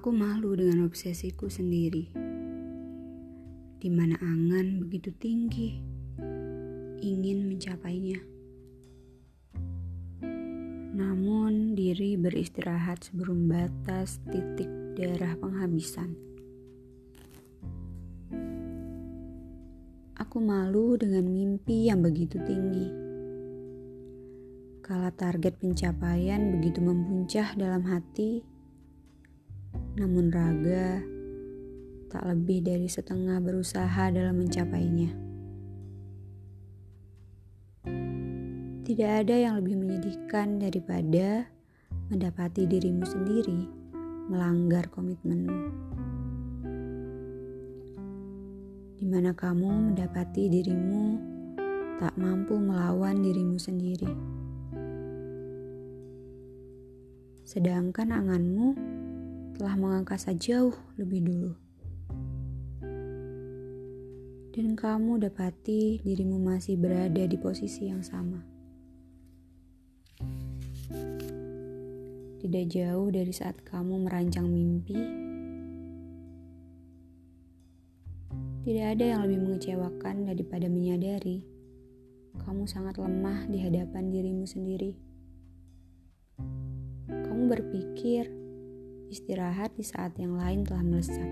Aku malu dengan obsesiku sendiri, di mana angan begitu tinggi, ingin mencapainya. Namun diri beristirahat sebelum batas titik darah penghabisan. Aku malu dengan mimpi yang begitu tinggi. Kala target pencapaian begitu mempuncah dalam hati, namun raga tak lebih dari setengah berusaha dalam mencapainya. Tidak ada yang lebih menyedihkan daripada mendapati dirimu sendiri melanggar komitmenmu. Di mana kamu mendapati dirimu tak mampu melawan dirimu sendiri. Sedangkan anganmu telah mengangkasa jauh lebih dulu. Dan kamu dapati dirimu masih berada di posisi yang sama. Tidak jauh dari saat kamu merancang mimpi, tidak ada yang lebih mengecewakan daripada menyadari kamu sangat lemah di hadapan dirimu sendiri. Kamu berpikir istirahat di saat yang lain telah melesat.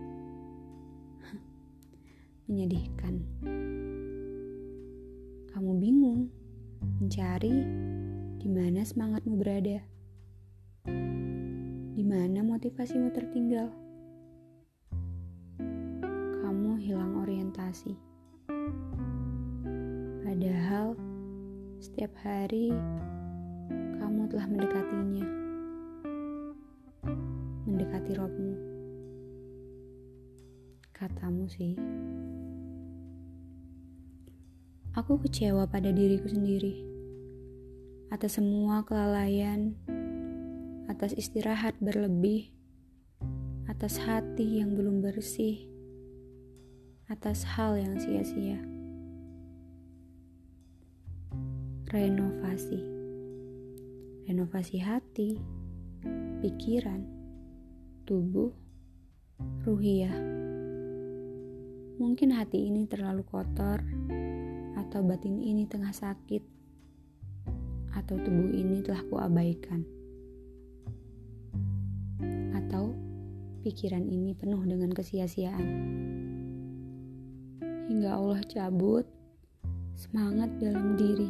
Menyedihkan. Kamu bingung mencari di mana semangatmu berada. Di mana motivasimu tertinggal. Kamu hilang orientasi. Padahal setiap hari kamu telah mendekatinya. Mendekati robmu. Katamu sih. Aku kecewa pada diriku sendiri. Atas semua kelalaian, atas istirahat berlebih, atas hati yang belum bersih, atas hal yang sia-sia. Renovasi hati, pikiran, tubuh, ruhiyah. Mungkin hati ini terlalu kotor, atau batin ini tengah sakit, atau tubuh ini telah kuabaikan, atau pikiran ini penuh dengan kesia-siaan. Hingga Allah cabut semangat dalam diri.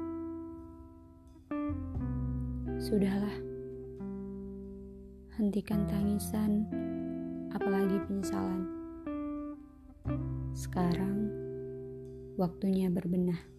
Sudahlah, hentikan tangisan, apalagi penyesalan. Sekarang waktunya berbenah.